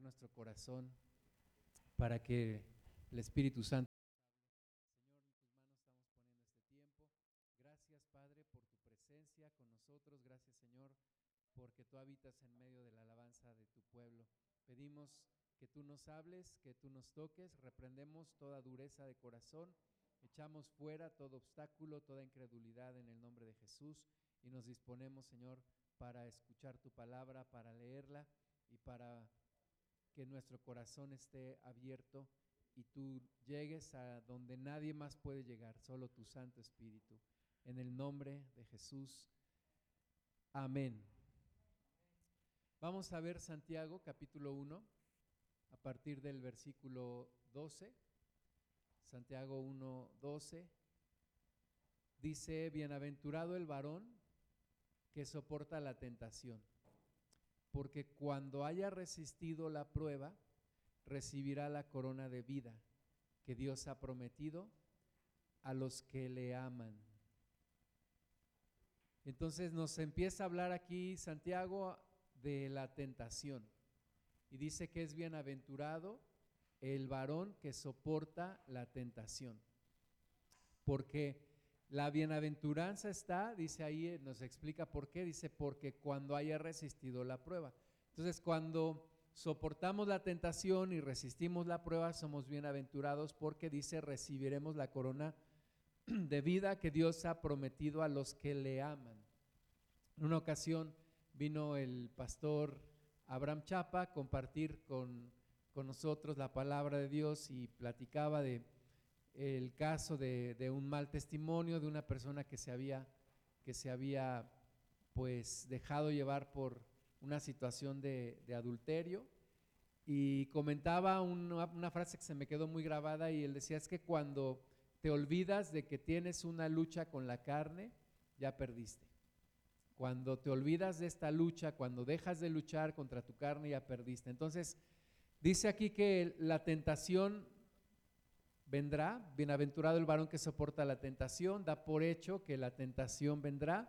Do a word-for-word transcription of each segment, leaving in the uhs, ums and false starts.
nuestro corazón para que el Espíritu Santo, Señor, en tus manos estamos poniendo este tiempo. Gracias, Padre, por tu presencia con nosotros. Gracias, Señor, porque tú habitas en medio de la alabanza de tu pueblo. Pedimos que tú nos hables, que tú nos toques, reprendemos toda dureza de corazón, echamos fuera todo obstáculo, toda incredulidad en el nombre de Jesús y nos disponemos, Señor, para escuchar tu palabra, para leerla y para que nuestro corazón esté abierto y tú llegues a donde nadie más puede llegar, solo tu Santo Espíritu. En el nombre de Jesús, amén. Vamos a ver Santiago capítulo uno, a partir del versículo doce. Santiago uno, doce. Dice: bienaventurado el varón que soporta la tentación, porque cuando haya resistido la prueba, recibirá la corona de vida que Dios ha prometido a los que le aman. Entonces nos empieza a hablar aquí Santiago de la tentación y dice que es bienaventurado el varón que soporta la tentación, porque la bienaventuranza está, dice ahí, nos explica por qué, dice porque cuando haya resistido la prueba. Entonces cuando soportamos la tentación y resistimos la prueba, somos bienaventurados porque dice recibiremos la corona de vida que Dios ha prometido a los que le aman. En una ocasión vino el pastor Abraham Chapa a compartir con, con nosotros la palabra de Dios y platicaba de el caso de, de un mal testimonio de una persona que se había, que se había pues dejado llevar por una situación de, de adulterio, y comentaba una, una frase que se me quedó muy grabada y él decía: es que cuando te olvidas de que tienes una lucha con la carne, ya perdiste. Cuando te olvidas de esta lucha, cuando dejas de luchar contra tu carne, ya perdiste. Entonces dice aquí que la tentación vendrá, bienaventurado el varón que soporta la tentación, da por hecho que la tentación vendrá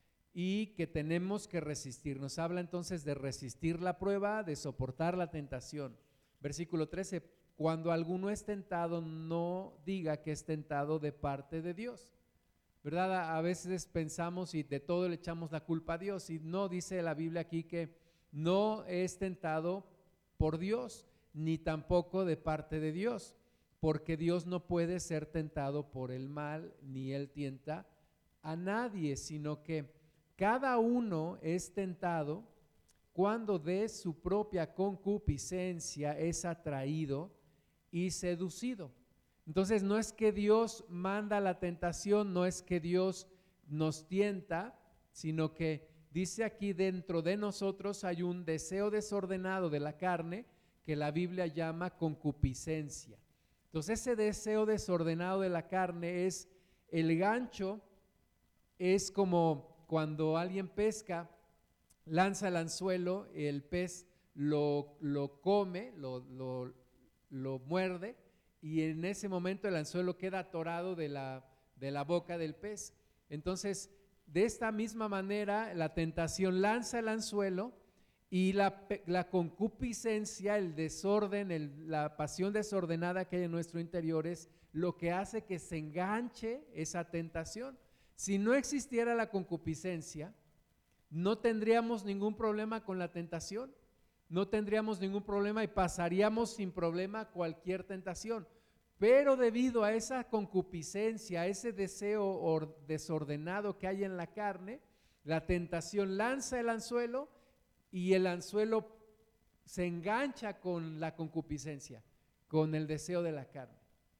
y que tenemos que resistir. Nos habla entonces de resistir la prueba, de soportar la tentación. Versículo trece: cuando alguno es tentado, no diga que es tentado de parte de Dios. ¿Verdad? A veces pensamos y de todo le echamos la culpa a Dios, y no, dice la Biblia aquí que no es tentado por Dios, ni tampoco de parte de Dios, porque Dios no puede ser tentado por el mal, ni Él tienta a nadie, sino que cada uno es tentado cuando de su propia concupiscencia es atraído y seducido. Entonces no es que Dios manda la tentación, no es que Dios nos tienta, sino que dice aquí dentro de nosotros hay un deseo desordenado de la carne que la Biblia llama concupiscencia. Entonces ese deseo desordenado de la carne es el gancho, es como cuando alguien pesca, lanza el anzuelo, el pez lo, lo come, lo, lo, lo muerde, y en ese momento el anzuelo queda atorado de la, de la boca del pez. Entonces, de esta misma manera, la tentación lanza el anzuelo y la, la concupiscencia, el desorden, el, la pasión desordenada que hay en nuestro interior es lo que hace que se enganche esa tentación. Si no existiera la concupiscencia, no tendríamos ningún problema con la tentación. No tendríamos ningún problema y pasaríamos sin problema cualquier tentación, pero debido a esa concupiscencia, a ese deseo desordenado que hay en la carne, la tentación lanza el anzuelo y el anzuelo se engancha con la concupiscencia, con el deseo de la carne.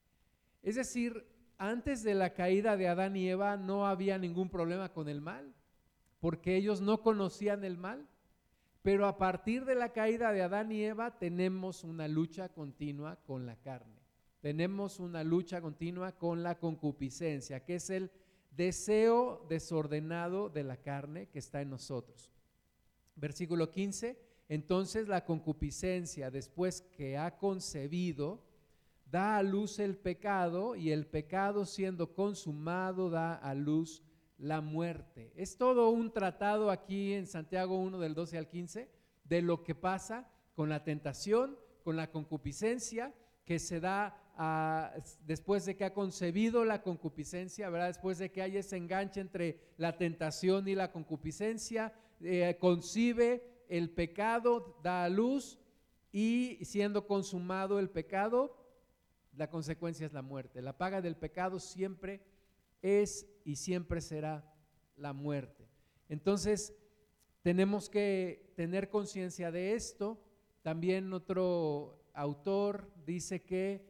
Es decir, antes de la caída de Adán y Eva no había ningún problema con el mal, porque ellos no conocían el mal. Pero a partir de la caída de Adán y Eva tenemos una lucha continua con la carne, tenemos una lucha continua con la concupiscencia, que es el deseo desordenado de la carne que está en nosotros. Versículo quince: entonces la concupiscencia, después que ha concebido, da a luz el pecado, y el pecado, siendo consumado, da a luz la muerte. Es todo un tratado aquí en Santiago uno del doce al quince de lo que pasa con la tentación, con la concupiscencia, que se da a, después de que ha concebido la concupiscencia, ¿verdad? Después de que hay ese enganche entre la tentación y la concupiscencia, eh, concibe el pecado, da a luz, y siendo consumado el pecado, la consecuencia es la muerte. La paga del pecado siempre es y siempre será la muerte. Entonces tenemos que tener conciencia de esto. También otro autor dice que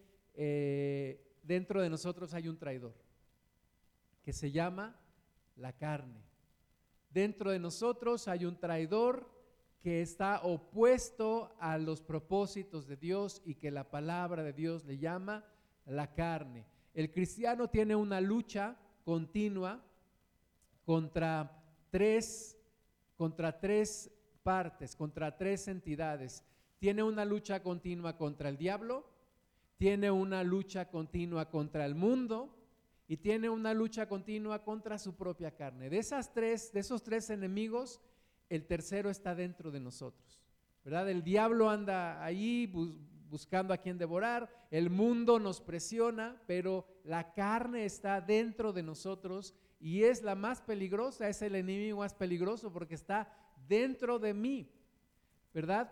eh, dentro de nosotros hay un traidor que se llama la carne. Dentro de nosotros hay un traidor que está opuesto a los propósitos de Dios y que la palabra de Dios le llama la carne. El cristiano tiene una lucha continua contra tres, contra tres partes, contra tres entidades. Tiene una lucha continua contra el diablo, tiene una lucha continua contra el mundo y tiene una lucha continua contra su propia carne. De esas tres, de esos tres enemigos, el tercero está dentro de nosotros, ¿verdad? El diablo anda ahí bus, buscando a quien devorar, el mundo nos presiona, pero la carne está dentro de nosotros y es la más peligrosa, es el enemigo más peligroso porque está dentro de mí, ¿verdad?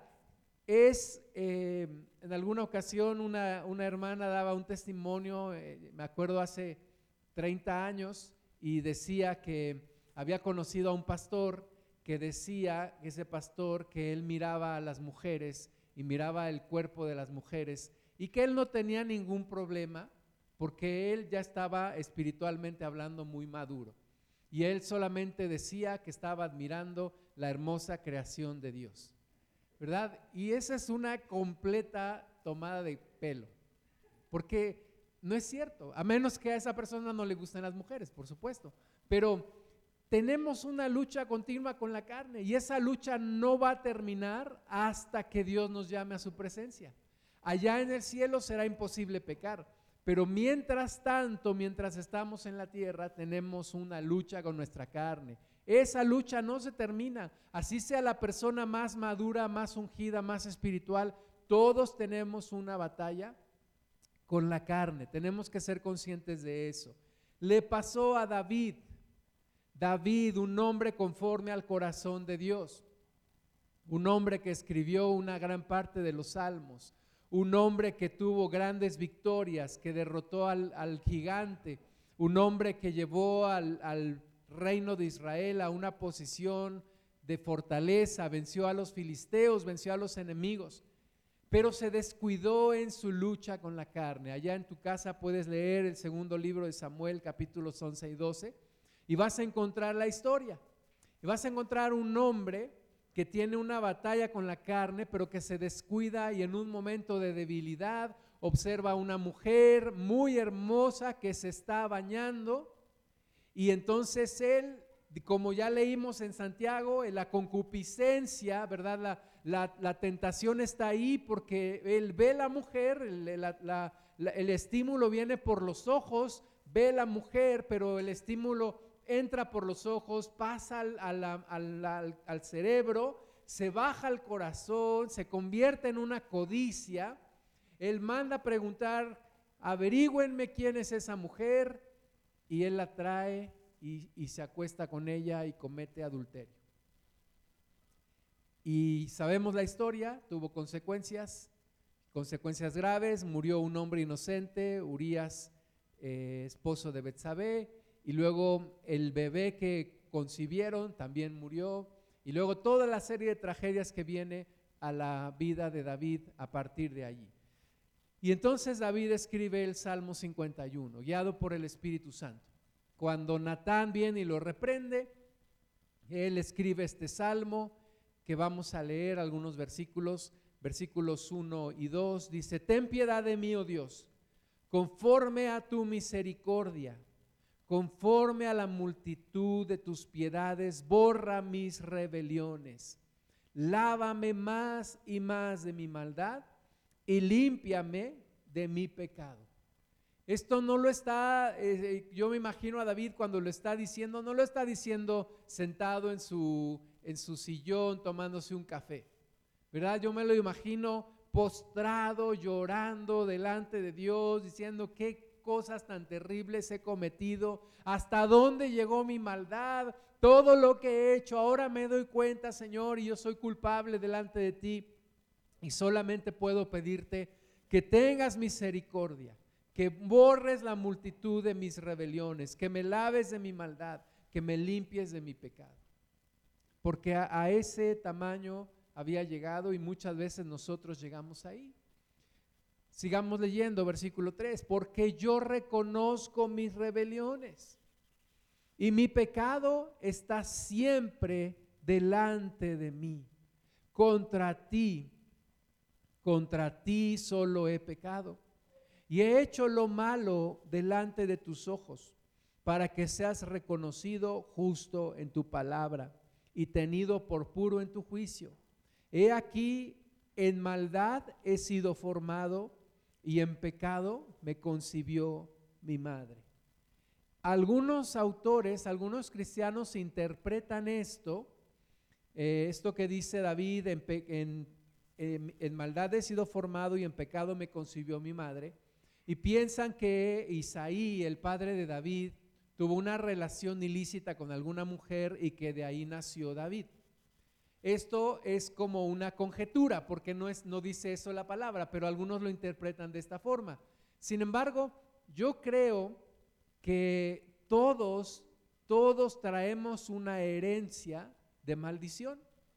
Es, eh, en alguna ocasión una, una hermana daba un testimonio, eh, me acuerdo hace treinta años, y decía que había conocido a un pastor que decía, ese pastor, que él miraba a las mujeres y miraba el cuerpo de las mujeres y que él no tenía ningún problema porque él ya estaba espiritualmente hablando muy maduro y él solamente decía que estaba admirando la hermosa creación de Dios, ¿verdad? Y esa es una completa tomada de pelo, porque no es cierto, a menos que a esa persona no le gusten las mujeres, por supuesto, pero tenemos una lucha continua con la carne y esa lucha no va a terminar hasta que Dios nos llame a su presencia. Allá en el cielo será imposible pecar, pero mientras tanto, mientras estamos en la tierra, tenemos una lucha con nuestra carne. Esa lucha no se termina, así sea la persona más madura, más ungida, más espiritual, todos tenemos una batalla con la carne, tenemos que ser conscientes de eso. Le pasó a David. David, un hombre conforme al corazón de Dios, un hombre que escribió una gran parte de los salmos, un hombre que tuvo grandes victorias, que derrotó al, al gigante, un hombre que llevó al, al reino de Israel a una posición de fortaleza, venció a los filisteos, venció a los enemigos, pero se descuidó en su lucha con la carne. Allá en tu casa puedes leer el segundo libro de Samuel, capítulos once y doce, y vas a encontrar la historia, y vas a encontrar un hombre que tiene una batalla con la carne, pero que se descuida y en un momento de debilidad observa a una mujer muy hermosa que se está bañando, y entonces él, como ya leímos en Santiago, en la concupiscencia, ¿verdad? La, la, la tentación está ahí porque él ve la mujer, el, la, la, la, el estímulo viene por los ojos, ve la mujer, pero el estímulo entra por los ojos, pasa al, al, al, al, al cerebro, se baja al corazón, se convierte en una codicia. Él manda a preguntar, averígüenme quién es esa mujer, y él la trae y, y se acuesta con ella y comete adulterio. Y sabemos la historia, tuvo consecuencias, consecuencias graves, murió un hombre inocente, Urías, eh, esposo de Betsabé, y luego el bebé que concibieron también murió, y luego toda la serie de tragedias que viene a la vida de David a partir de allí. Y entonces David escribe el Salmo cincuenta y uno, guiado por el Espíritu Santo. Cuando Natán viene y lo reprende, él escribe este salmo que vamos a leer algunos versículos, versículos uno y dos, dice: ten piedad de mí, oh Dios, conforme a tu misericordia, conforme a la multitud de tus piedades, borra mis rebeliones, lávame más y más de mi maldad y límpiame de mi pecado. Esto no lo está, eh, yo me imagino a David cuando lo está diciendo, no lo está diciendo sentado en su, en su sillón tomándose un café, ¿verdad? Yo me lo imagino postrado, llorando delante de Dios, diciendo qué cosas tan terribles he cometido, hasta dónde llegó mi maldad, todo lo que he hecho, ahora me doy cuenta, Señor, y yo soy culpable delante de ti, y solamente puedo pedirte que tengas misericordia, que borres la multitud de mis rebeliones, que me laves de mi maldad, que me limpies de mi pecado, porque a, a ese tamaño había llegado y muchas veces nosotros llegamos ahí. Sigamos leyendo, versículo tres, porque yo reconozco mis rebeliones y mi pecado está siempre delante de mí. Contra ti, contra ti solo he pecado y he hecho lo malo delante de tus ojos, para que seas reconocido justo en tu palabra y tenido por puro en tu juicio. He aquí, en maldad he sido formado y en pecado me concibió mi madre. Algunos autores, algunos cristianos interpretan esto, eh, esto que dice David, en, en, en, en maldad he sido formado y en pecado me concibió mi madre, y piensan que Isaí, el padre de David, tuvo una relación ilícita con alguna mujer y que de ahí nació David. Esto es como una conjetura, porque no, es, no dice eso la palabra, pero algunos lo interpretan de esta forma. Sin embargo, yo creo que todos, todos traemos una herencia de maldición.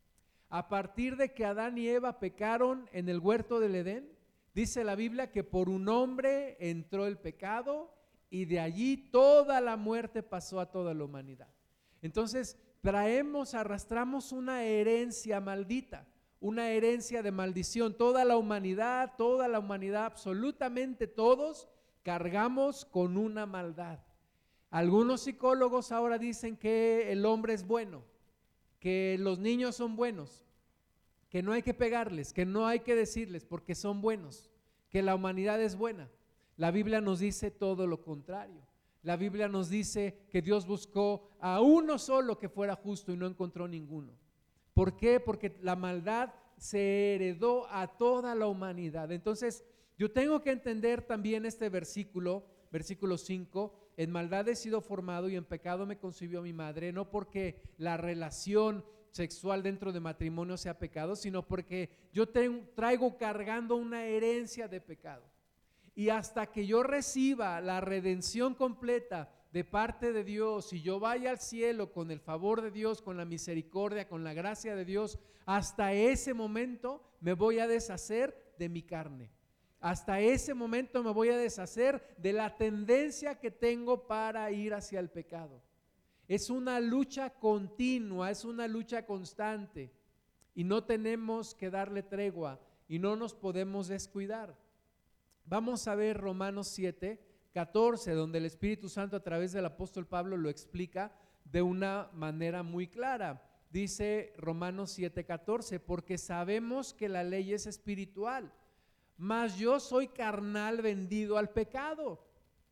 A partir de que Adán y Eva pecaron en el huerto del Edén, dice la Biblia que por un hombre entró el pecado y de allí toda la muerte pasó a toda la humanidad. Entonces, traemos, arrastramos una herencia maldita, una herencia de maldición. Toda la humanidad, toda la humanidad, absolutamente todos cargamos con una maldad. Algunos psicólogos ahora dicen que el hombre es bueno, que los niños son buenos, que no hay que pegarles, que no hay que decirles porque son buenos, que la humanidad es buena. La Biblia nos dice todo lo contrario. La Biblia nos dice que Dios buscó a uno solo que fuera justo y no encontró ninguno. ¿Por qué? Porque la maldad se heredó a toda la humanidad. Entonces, yo tengo que entender también este versículo, versículo cinco, en maldad he sido formado y en pecado me concibió mi madre, no porque la relación sexual dentro de matrimonio sea pecado, sino porque yo tengo, traigo cargando una herencia de pecado. Y hasta que yo reciba la redención completa de parte de Dios y yo vaya al cielo con el favor de Dios, con la misericordia, con la gracia de Dios, hasta ese momento me voy a deshacer de mi carne. Hasta ese momento me voy a deshacer de la tendencia que tengo para ir hacia el pecado. Es una lucha continua, es una lucha constante y no tenemos que darle tregua y no nos podemos descuidar. Vamos a ver Romanos siete, catorce, donde el Espíritu Santo a través del apóstol Pablo lo explica de una manera muy clara. Dice Romanos siete, catorce, porque sabemos que la ley es espiritual, mas yo soy carnal vendido al pecado.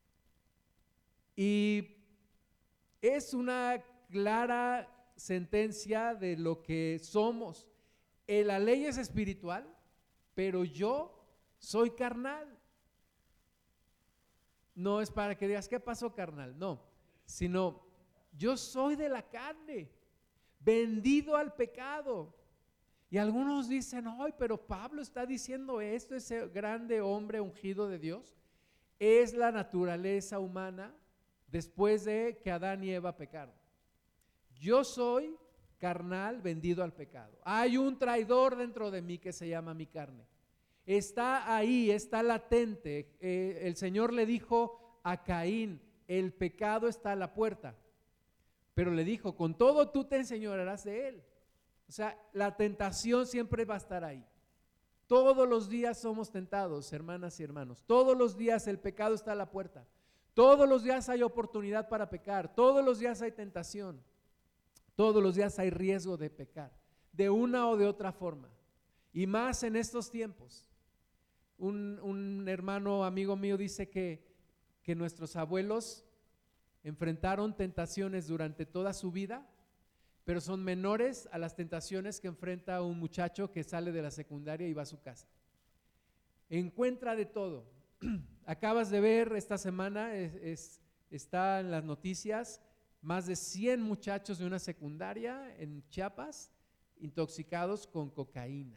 Y es una clara sentencia de lo que somos. Eh, la ley es espiritual, pero yo soy carnal. No es para que digas, ¿qué pasó, carnal? No, sino yo soy de la carne, vendido al pecado. Y algunos dicen, ay, pero Pablo está diciendo esto, ese grande hombre ungido de Dios. Es la naturaleza humana después de que Adán y Eva pecaron. Yo soy carnal, vendido al pecado. Hay un traidor dentro de mí que se llama mi carne. Está ahí, está latente. Eh, el Señor le dijo a Caín, el pecado está a la puerta, pero le dijo, con todo tú te enseñorearás de él. O sea, la tentación siempre va a estar ahí. Todos los días somos tentados, hermanas y hermanos. Todos los días el pecado está a la puerta. Todos los días hay oportunidad para pecar. Todos los días hay tentación. Todos los días hay riesgo de pecar, de una o de otra forma. Y más en estos tiempos. Un, un hermano amigo mío dice que, que nuestros abuelos enfrentaron tentaciones durante toda su vida pero son menores a las tentaciones que enfrenta un muchacho que sale de la secundaria y va a su casa. Encuentra de todo. Acabas de ver esta semana, es, es, está en las noticias, más de cien muchachos de una secundaria en Chiapas intoxicados con cocaína.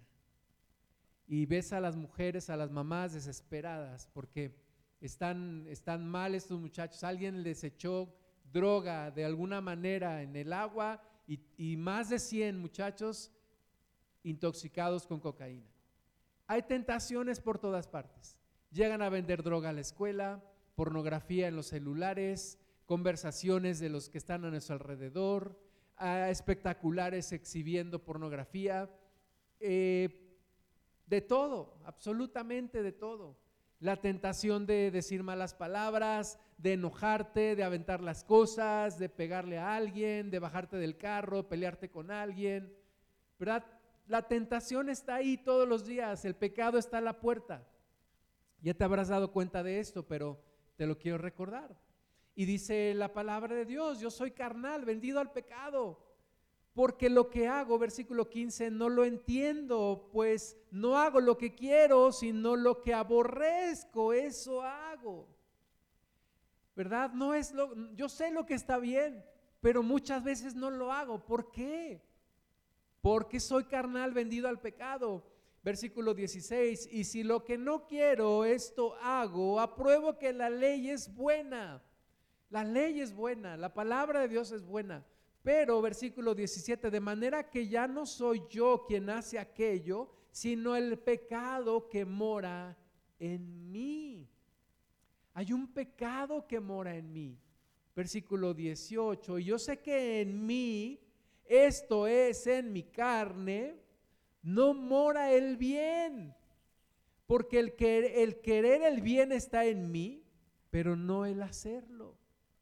Y ves a las mujeres, a las mamás desesperadas porque están, están mal estos muchachos. Alguien les echó droga de alguna manera en el agua y, y más de cien muchachos intoxicados con cocaína. Hay tentaciones por todas partes. Llegan a vender droga a la escuela, pornografía en los celulares, conversaciones de los que están a nuestro alrededor, a espectaculares exhibiendo pornografía, eh, de todo, absolutamente de todo. La tentación de decir malas palabras, de enojarte, de aventar las cosas, de pegarle a alguien, de bajarte del carro, pelearte con alguien, ¿verdad? La tentación está ahí todos los días, el pecado está a la puerta. Ya te habrás dado cuenta de esto, pero te lo quiero recordar. Y dice la palabra de Dios: yo soy carnal, vendido al pecado, porque lo que hago, versículo quince, no lo entiendo, pues no hago lo que quiero, sino lo que aborrezco, eso hago. ¿Verdad? No es lo, yo sé lo que está bien, pero muchas veces no lo hago. ¿Por qué? Porque soy carnal, vendido al pecado. Versículo dieciséis, y si lo que no quiero, esto hago, apruebo que la ley es buena. La ley es buena, la palabra de Dios es buena. Pero versículo diecisiete, de manera que ya no soy yo quien hace aquello, sino el pecado que mora en mí. Hay un pecado que mora en mí. Versículo dieciocho, y yo sé que en mí, esto es en mi carne, no mora el bien, porque el, que, el querer el bien está en mí, pero no el hacerlo.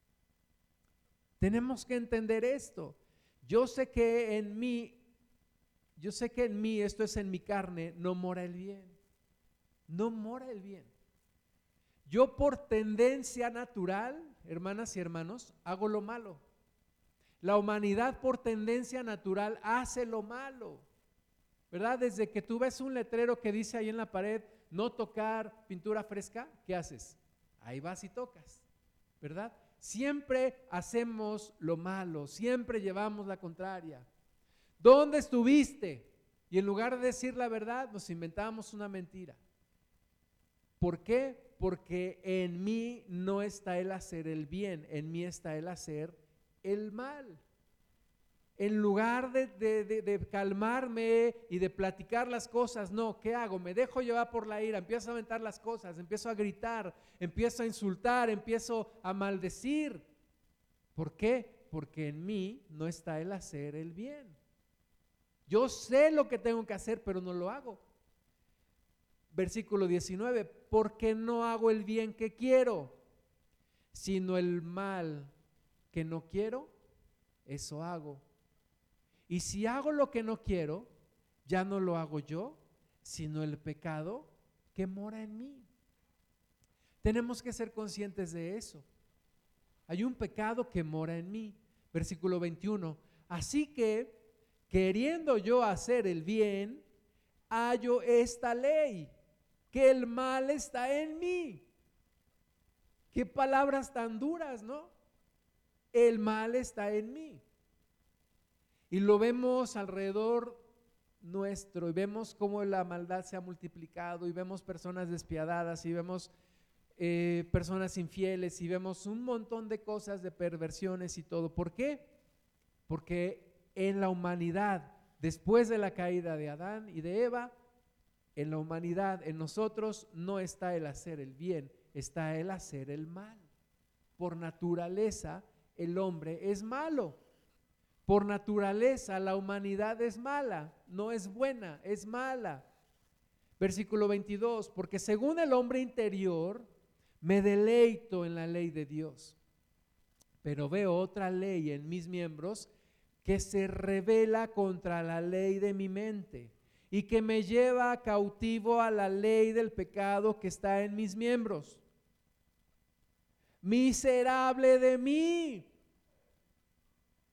Tenemos que entender esto. Yo sé que en mí, yo sé que en mí, esto es en mi carne, no mora el bien. No mora el bien. Yo por tendencia natural, hermanas y hermanos, hago lo malo. La humanidad por tendencia natural hace lo malo, ¿verdad? Desde que tú ves un letrero que dice ahí en la pared, no tocar pintura fresca, ¿qué haces? Ahí vas y tocas, ¿verdad? Siempre hacemos lo malo, siempre llevamos la contraria. ¿Dónde estuviste? Y en lugar de decir la verdad, nos inventamos una mentira. ¿Por qué? Porque en mí no está el hacer el bien, en mí está el hacer el mal. En lugar de, de, de, de calmarme y de platicar las cosas, no, ¿qué hago? Me dejo llevar por la ira, empiezo a aventar las cosas, empiezo a gritar, empiezo a insultar, empiezo a maldecir. ¿Por qué? Porque en mí no está el hacer el bien. Yo sé lo que tengo que hacer, pero no lo hago. Versículo diecinueve, porque no hago el bien que quiero, sino el mal que no quiero, eso hago. Y si hago lo que no quiero, ya no lo hago yo, sino el pecado que mora en mí. Tenemos que ser conscientes de eso. Hay un pecado que mora en mí. Versículo veintiuno, así que, queriendo yo hacer el bien, hallo esta ley, que el mal está en mí. Qué palabras tan duras, ¿no? El mal está en mí. Y lo vemos alrededor nuestro y vemos cómo la maldad se ha multiplicado y vemos personas despiadadas y vemos eh, personas infieles y vemos un montón de cosas, de perversiones y todo. ¿Por qué? Porque en la humanidad, después de la caída de Adán y de Eva, en la humanidad, en nosotros no está el hacer el bien, está el hacer el mal. Por naturaleza el hombre es malo. Por naturaleza la humanidad es mala, no es buena, es mala. Versículo veintidós, porque según el hombre interior me deleito en la ley de Dios, pero veo otra ley en mis miembros que se rebela contra la ley de mi mente y que me lleva cautivo a la ley del pecado que está en mis miembros. Miserable de mí,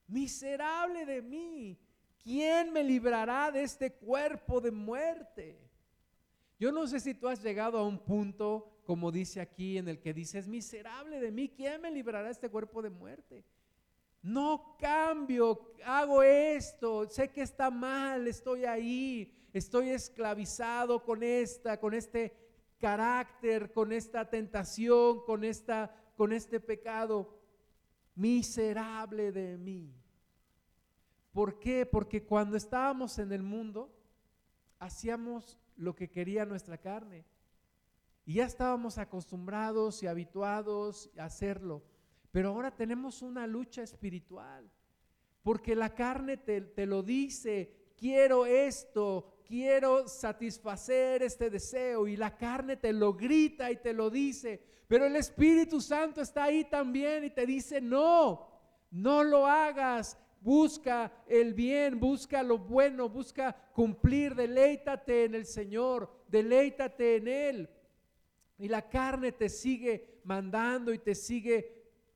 miserable de mí, ¿quién me librará de este cuerpo de muerte? Yo no sé si tú has llegado a un punto, como dice aquí, en el que dices, miserable de mí, ¿quién me librará de este cuerpo de muerte? No cambio, hago esto, sé que está mal, estoy ahí, estoy esclavizado con esta, con este carácter, con esta tentación, con esta, con este pecado. Miserable de mí. ¿Por qué? Porque cuando estábamos en el mundo, hacíamos lo que quería nuestra carne y ya estábamos acostumbrados y habituados a hacerlo. Pero ahora tenemos una lucha espiritual, porque la carne te, te lo dice, quiero esto, quiero satisfacer este deseo, y la carne te lo grita y te lo dice, pero el Espíritu Santo está ahí también y te dice, no, no lo hagas, busca el bien, busca lo bueno, busca cumplir, deleítate en el Señor, deleítate en Él. Y la carne te sigue mandando y te sigue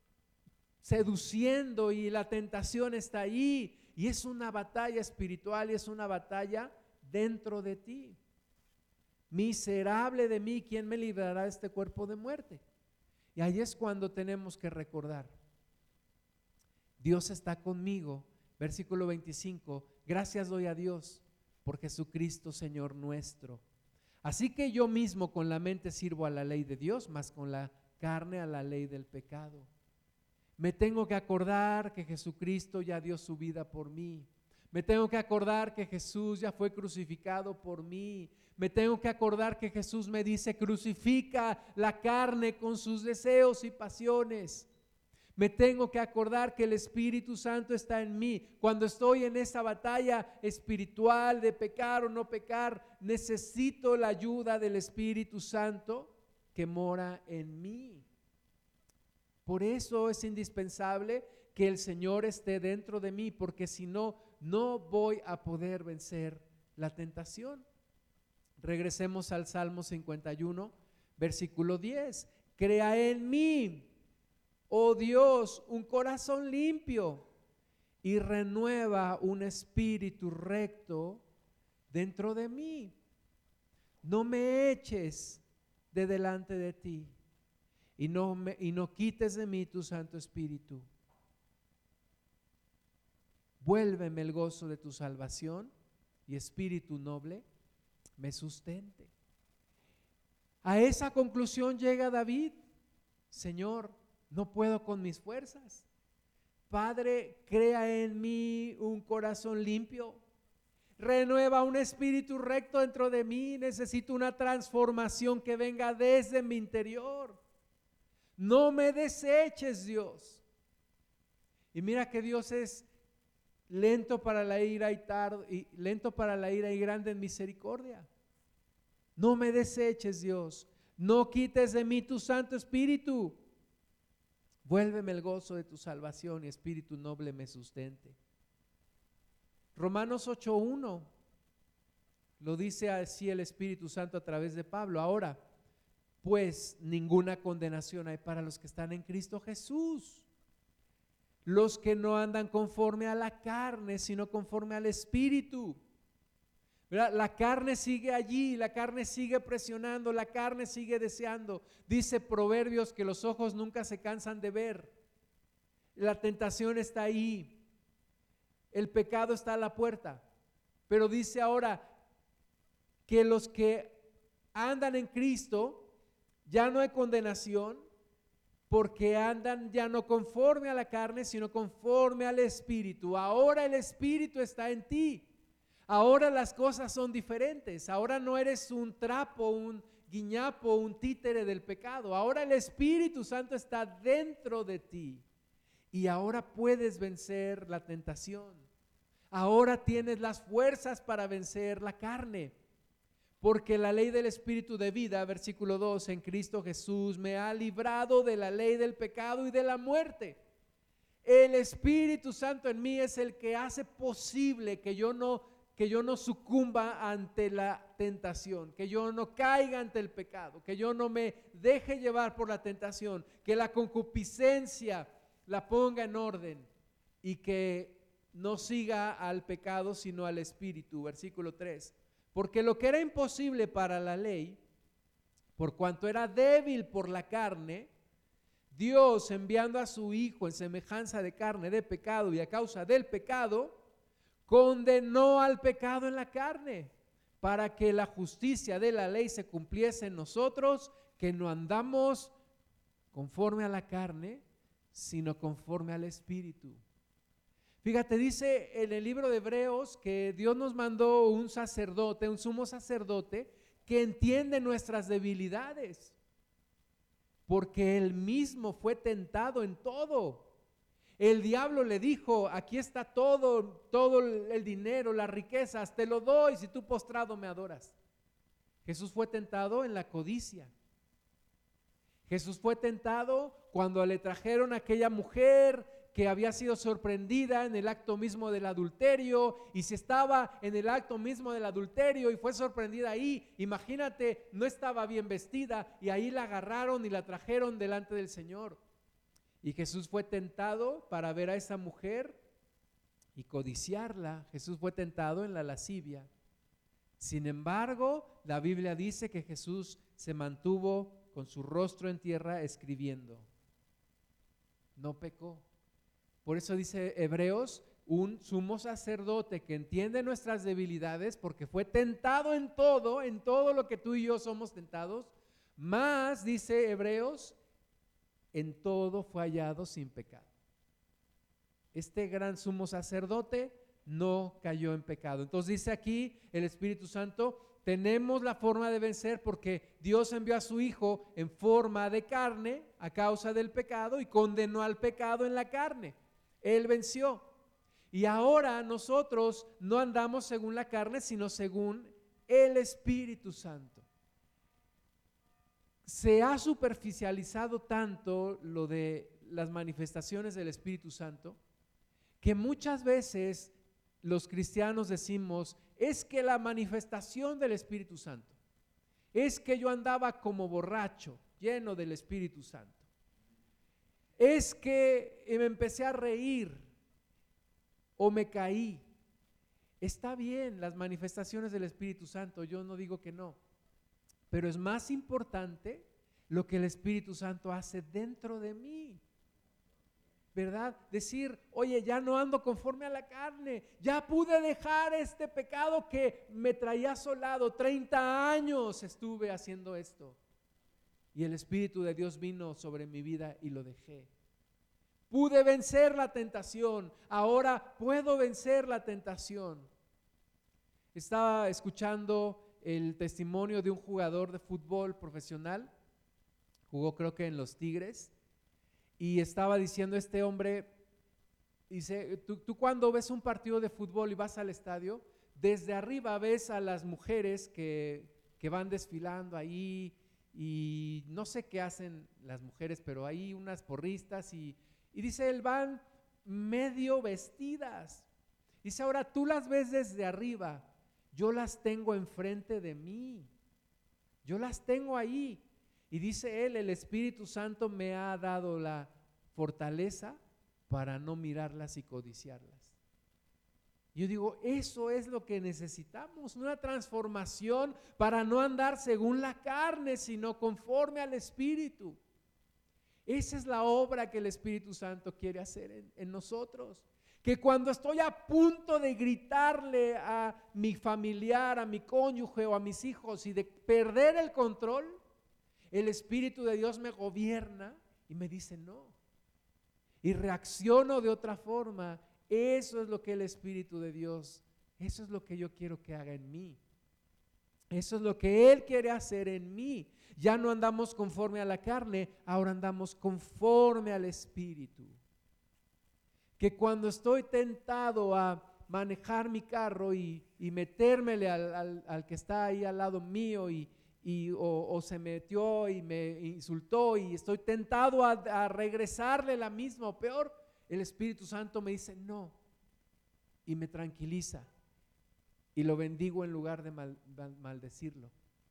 seduciendo, y la tentación está ahí, y es una batalla espiritual y es una batalla dentro de ti. Miserable de mí, ¿quién me librará de este cuerpo de muerte? Y ahí es cuando tenemos que recordar, Dios está conmigo. Versículo veinticinco, gracias doy a Dios por Jesucristo Señor nuestro. Así que yo mismo con la mente sirvo a la ley de Dios, mas con la carne a la ley del pecado. Me tengo que acordar que Jesucristo ya dio su vida por mí. Me tengo que acordar que Jesús ya fue crucificado por mí. Me tengo que acordar que Jesús me dice, crucifica la carne con sus deseos y pasiones. Me tengo que acordar que el Espíritu Santo está en mí. Cuando estoy en esa batalla espiritual de pecar o no pecar, necesito la ayuda del Espíritu Santo que mora en mí. Por eso es indispensable que el Señor esté dentro de mí, porque si no, no voy a poder vencer la tentación. Regresemos al Salmo cincuenta y uno, versículo diez. Crea en mí, oh Dios, un corazón limpio y renueva un espíritu recto dentro de mí. No me eches de delante de ti. Y no, me, y no quites de mí tu Santo Espíritu. Vuélveme el gozo de tu salvación, y espíritu noble me sustente. A esa conclusión llega David. Señor, no puedo con mis fuerzas. Padre, crea en mí un corazón limpio. Renueva un espíritu recto dentro de mí. Necesito una transformación que venga desde mi interior. No me deseches, Dios. Y mira que Dios es lento para la ira y tardo, y lento para la ira y grande en misericordia. No me deseches, Dios. No quites de mí tu Santo Espíritu. Vuélveme el gozo de tu salvación, y espíritu noble me sustente. Romanos ocho uno lo dice así el Espíritu Santo a través de Pablo. Ahora, pues ninguna condenación hay para los que están en Cristo Jesús, los que no andan conforme a la carne, sino conforme al Espíritu. ¿Verdad? La carne sigue allí, la carne sigue presionando, la carne sigue deseando. Dice Proverbios que los ojos nunca se cansan de ver. La tentación está ahí, el pecado está a la puerta. Pero dice ahora que los que andan en Cristo, ya no hay condenación, porque andan ya no conforme a la carne, sino conforme al Espíritu. Ahora el Espíritu está en ti. Ahora las cosas son diferentes. Ahora no eres un trapo, un guiñapo, un títere del pecado. Ahora el Espíritu Santo está dentro de ti, y ahora puedes vencer la tentación. Ahora tienes las fuerzas para vencer la carne. Porque la ley del Espíritu de vida, versículo dos, en Cristo Jesús me ha librado de la ley del pecado y de la muerte. El Espíritu Santo en mí es el que hace posible que yo no, que yo no sucumba ante la tentación, que yo no caiga ante el pecado, que yo no me deje llevar por la tentación, que la concupiscencia la ponga en orden, y que no siga al pecado sino al Espíritu. Versículo tres, porque lo que era imposible para la ley, por cuanto era débil por la carne, Dios, enviando a su Hijo en semejanza de carne de pecado y a causa del pecado, condenó al pecado en la carne, para que la justicia de la ley se cumpliese en nosotros, que no andamos conforme a la carne, sino conforme al Espíritu. Fíjate, dice en el libro de Hebreos que Dios nos mandó un sacerdote, un sumo sacerdote, que entiende nuestras debilidades, porque Él mismo fue tentado en todo. El diablo le dijo: aquí está todo, todo el dinero, las riquezas, te lo doy si tú postrado me adoras. Jesús fue tentado en la codicia. Jesús fue tentado cuando le trajeron a aquella mujer que había sido sorprendida en el acto mismo del adulterio, y si estaba en el acto mismo del adulterio y fue sorprendida ahí, imagínate, no estaba bien vestida y ahí la agarraron y la trajeron delante del Señor. Y Jesús fue tentado para ver a esa mujer y codiciarla. Jesús fue tentado en la lascivia. Sin embargo, la Biblia dice que Jesús se mantuvo con su rostro en tierra escribiendo. No pecó. Por eso dice Hebreos, un sumo sacerdote que entiende nuestras debilidades, porque fue tentado en todo, en todo lo que tú y yo somos tentados, más, dice Hebreos, en todo fue hallado sin pecado. Este gran sumo sacerdote no cayó en pecado. Entonces dice aquí el Espíritu Santo, tenemos la forma de vencer porque Dios envió a su Hijo en forma de carne a causa del pecado y condenó al pecado en la carne. Él venció. Y ahora nosotros no andamos según la carne, sino según el Espíritu Santo. Se ha superficializado tanto lo de las manifestaciones del Espíritu Santo que muchas veces los cristianos decimos: es que la manifestación del Espíritu Santo, es que yo andaba como borracho, lleno del Espíritu Santo, es que me empecé a reír o me caí. Está bien las manifestaciones del Espíritu Santo, yo no digo que no, pero es más importante lo que el Espíritu Santo hace dentro de mí, ¿verdad? Decir: oye, ya no ando conforme a la carne, ya pude dejar este pecado que me traía asolado, treinta años estuve haciendo esto y el Espíritu de Dios vino sobre mi vida y lo dejé. Pude vencer la tentación, ahora puedo vencer la tentación. Estaba escuchando el testimonio de un jugador de fútbol profesional, jugó creo que en los Tigres, y estaba diciendo este hombre, dice, tú, tú cuando ves un partido de fútbol y vas al estadio, desde arriba ves a las mujeres que, que van desfilando ahí, y no sé qué hacen las mujeres, pero hay unas porristas y, y dice él, van medio vestidas. Dice, ahora tú las ves desde arriba, yo las tengo enfrente de mí, yo las tengo ahí. Y dice él, el Espíritu Santo me ha dado la fortaleza para no mirarlas y codiciarlas. Yo digo, eso es lo que necesitamos, una transformación para no andar según la carne, sino conforme al Espíritu. Esa es la obra que el Espíritu Santo quiere hacer en, en nosotros. Que cuando estoy a punto de gritarle a mi familiar, a mi cónyuge o a mis hijos y de perder el control, el Espíritu de Dios me gobierna y me dice no. Y reacciono de otra forma. Eso es lo que el Espíritu de Dios, eso es lo que yo quiero que haga en mí. Eso es lo que Él quiere hacer en mí. Ya no andamos conforme a la carne, ahora andamos conforme al Espíritu. Que cuando estoy tentado a manejar mi carro y, y metérmele al, al, al que está ahí al lado mío y, y o, o se metió y me insultó y estoy tentado a, a regresarle la misma o peor, el Espíritu Santo me dice no y me tranquiliza y lo bendigo en lugar de mal, mal, maldecirlo.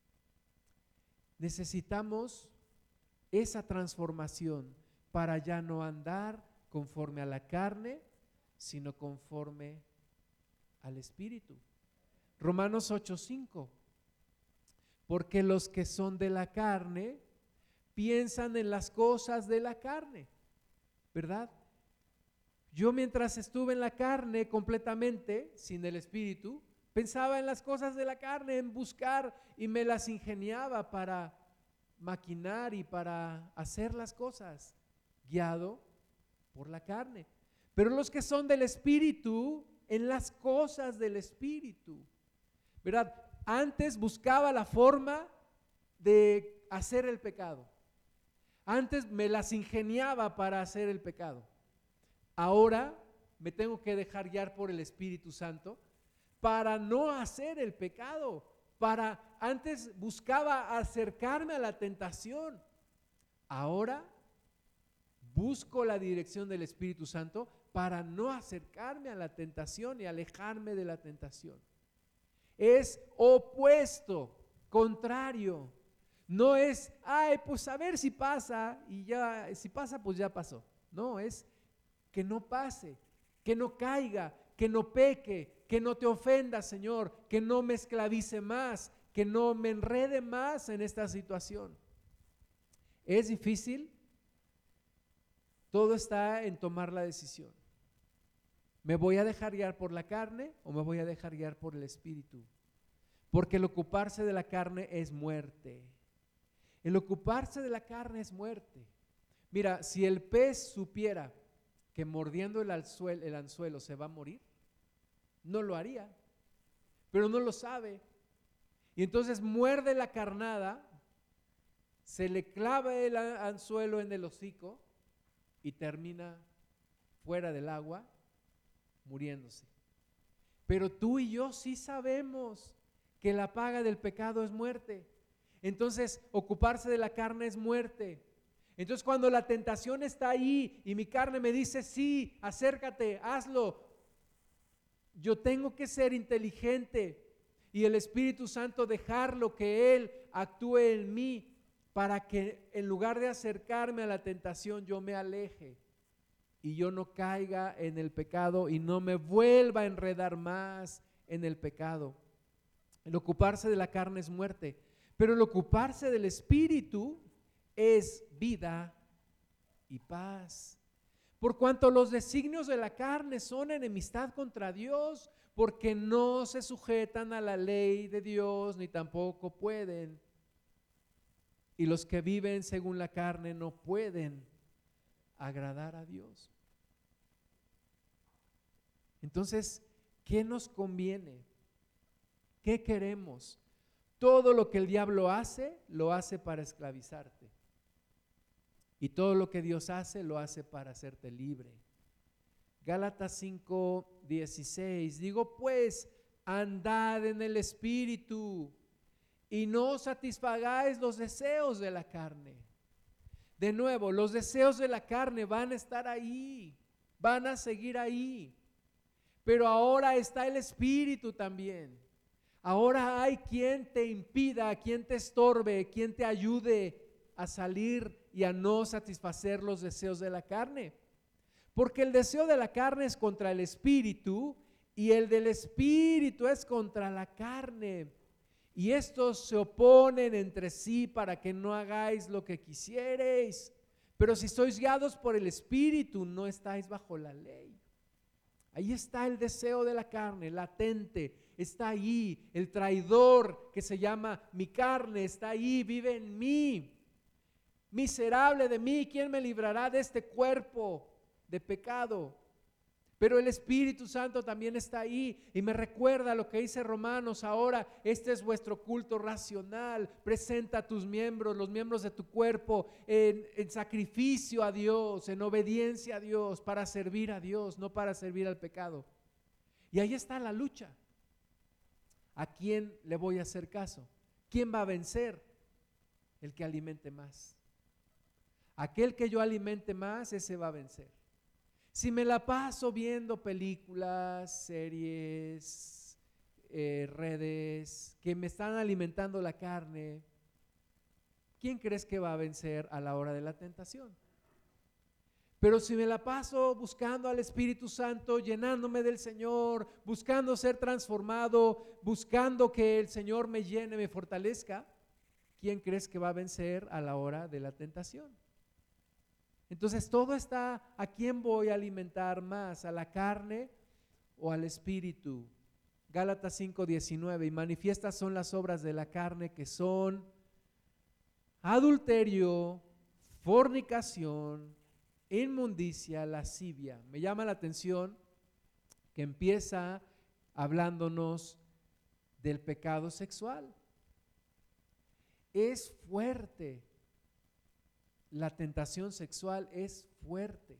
Necesitamos esa transformación para ya no andar conforme a la carne, sino conforme al Espíritu. Romanos ocho cinco. Porque los que son de la carne piensan en las cosas de la carne, ¿verdad? Yo mientras estuve en la carne completamente, sin el Espíritu, pensaba en las cosas de la carne, en buscar, y me las ingeniaba para maquinar y para hacer las cosas, guiado por la carne. Pero los que son del Espíritu, en las cosas del Espíritu, ¿verdad? Antes buscaba la forma de hacer el pecado. Antes me las ingeniaba para hacer el pecado. Ahora me tengo que dejar guiar por el Espíritu Santo para no hacer el pecado. Para antes buscaba acercarme a la tentación. Ahora busco la dirección del Espíritu Santo para no acercarme a la tentación y alejarme de la tentación. Es opuesto, contrario. No es, ay, pues a ver si pasa y ya, si pasa, pues ya pasó. No, es que no pase, que no caiga, que no peque, que no te ofenda, Señor, que no me esclavice más, que no me enrede más en esta situación. ¿Es difícil? Todo está en tomar la decisión. ¿Me voy a dejar guiar por la carne o me voy a dejar guiar por el Espíritu? Porque el ocuparse de la carne es muerte. El ocuparse de la carne es muerte. Mira, si el pez supiera que mordiendo el anzuelo, el anzuelo se va a morir, no lo haría, pero no lo sabe. Y entonces muerde la carnada, se le clava el anzuelo en el hocico y termina fuera del agua muriéndose. Pero tú y yo sí sabemos que la paga del pecado es muerte. Entonces, ocuparse de la carne es muerte. Entonces, cuando la tentación está ahí y mi carne me dice, sí, acércate, hazlo, yo tengo que ser inteligente y el Espíritu Santo dejarlo que Él actúe en mí para que en lugar de acercarme a la tentación, yo me aleje y yo no caiga en el pecado y no me vuelva a enredar más en el pecado. El ocuparse de la carne es muerte, pero el ocuparse del Espíritu es vida y paz. Por cuanto los designios de la carne son enemistad contra Dios, porque no se sujetan a la ley de Dios, ni tampoco pueden. Y los que viven según la carne no pueden agradar a Dios. Entonces, ¿qué nos conviene? ¿Qué queremos? Todo lo que el diablo hace, lo hace para esclavizarte. Y todo lo que Dios hace, lo hace para hacerte libre. Gálatas cinco dieciséis, digo pues, andad en el Espíritu y no satisfagáis los deseos de la carne. De nuevo, los deseos de la carne van a estar ahí, van a seguir ahí. Pero ahora está el Espíritu también. Ahora hay quien te impida, quien te estorbe, quien te ayude a salir y a no satisfacer los deseos de la carne. Porque el deseo de la carne es contra el Espíritu y el del Espíritu es contra la carne. Y estos se oponen entre sí para que no hagáis lo que quisiereis. Pero si sois guiados por el Espíritu, no estáis bajo la ley. Ahí está el deseo de la carne, latente, está ahí. El traidor que se llama mi carne está ahí, vive en mí. Miserable de mí, ¿quién me librará de este cuerpo de pecado? Pero el Espíritu Santo también está ahí y me recuerda lo que dice Romanos ahora, este es vuestro culto racional, presenta tus miembros, los miembros de tu cuerpo en, en sacrificio a Dios, en obediencia a Dios, para servir a Dios, no para servir al pecado. Y ahí está la lucha. ¿A quién le voy a hacer caso? ¿Quién va a vencer? El que alimente más. Aquel que yo alimente más, ese va a vencer. Si me la paso viendo películas, series, eh, redes que me están alimentando la carne, ¿quién crees que va a vencer a la hora de la tentación? Pero si me la paso buscando al Espíritu Santo, llenándome del Señor, buscando ser transformado, buscando que el Señor me llene, me fortalezca, ¿quién crees que va a vencer a la hora de la tentación? Entonces todo está, ¿a quién voy a alimentar más? ¿A la carne o al Espíritu? Gálatas cinco diecinueve, y manifiestas son las obras de la carne, que son adulterio, fornicación, inmundicia, lascivia. Me llama la atención que empieza hablándonos del pecado sexual. Es fuerte, la tentación sexual es fuerte,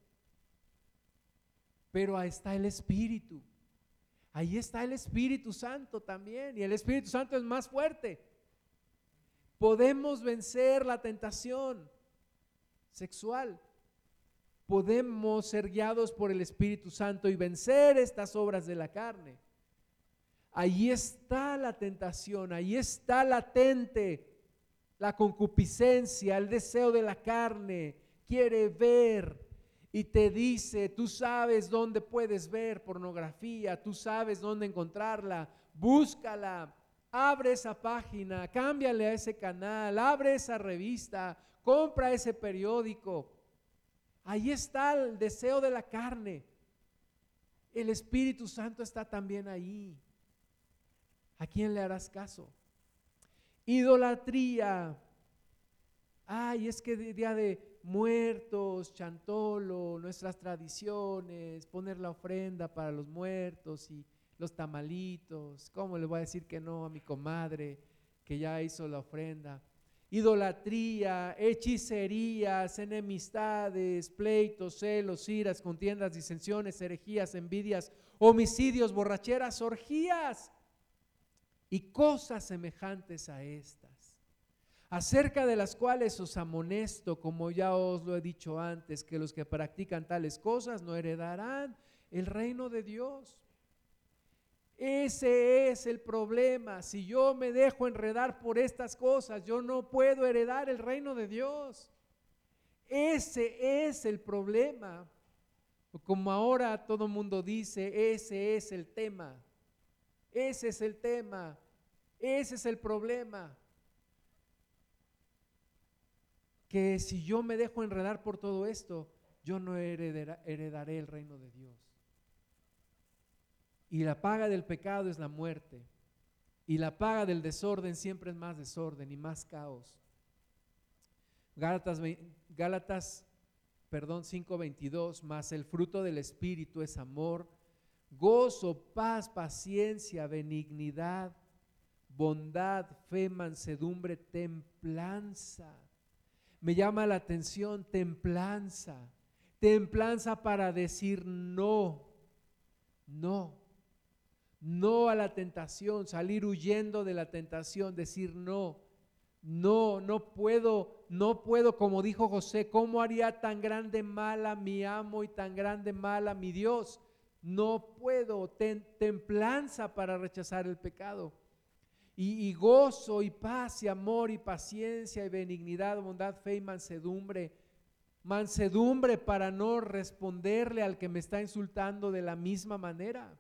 pero ahí está el Espíritu, ahí está el Espíritu Santo también, y el Espíritu Santo es más fuerte. Podemos vencer la tentación sexual, podemos ser guiados por el Espíritu Santo y vencer estas obras de la carne. Ahí está la tentación, ahí está latente la concupiscencia, el deseo de la carne, quiere ver y te dice, tú sabes dónde puedes ver pornografía, tú sabes dónde encontrarla, búscala, abre esa página, cámbiale a ese canal, abre esa revista, compra ese periódico. Ahí está el deseo de la carne. El Espíritu Santo está también ahí. ¿A quién le harás caso? Idolatría. Ay, es que día de muertos, chantolo, nuestras tradiciones, poner la ofrenda para los muertos y los tamalitos. ¿Cómo le voy a decir que no a mi comadre que ya hizo la ofrenda? Idolatría, hechicerías, enemistades, pleitos, celos, iras, contiendas, disensiones, herejías, envidias, homicidios, borracheras, orgías y cosas semejantes a estas, acerca de las cuales os amonesto, como ya os lo he dicho antes, que los que practican tales cosas no heredarán el reino de Dios. Ese es el problema. Si yo me dejo enredar por estas cosas, yo no puedo heredar el reino de Dios. Ese es el problema. Como ahora todo el mundo dice, ese es el tema. Ese es el tema. Ese es el problema. Que si yo me dejo enredar por todo esto, yo no heredaré, heredaré el reino de Dios. Y la paga del pecado es la muerte, y la paga del desorden siempre es más desorden y más caos. Gálatas, Gálatas perdón, cinco veintidós, mas el fruto del Espíritu es amor, gozo, paz, paciencia, benignidad, bondad, fe, mansedumbre, templanza. Me llama la atención, templanza, templanza para decir no, no. No a la tentación, salir huyendo de la tentación, decir no, no, no puedo, no puedo, como dijo José, ¿cómo haría tan grande mal a mi amo y tan grande mal a mi Dios? No puedo, ten, templanza para rechazar el pecado. Y, y gozo y paz y amor y paciencia y benignidad, bondad, fe y mansedumbre. Mansedumbre para no responderle al que me está insultando de la misma manera.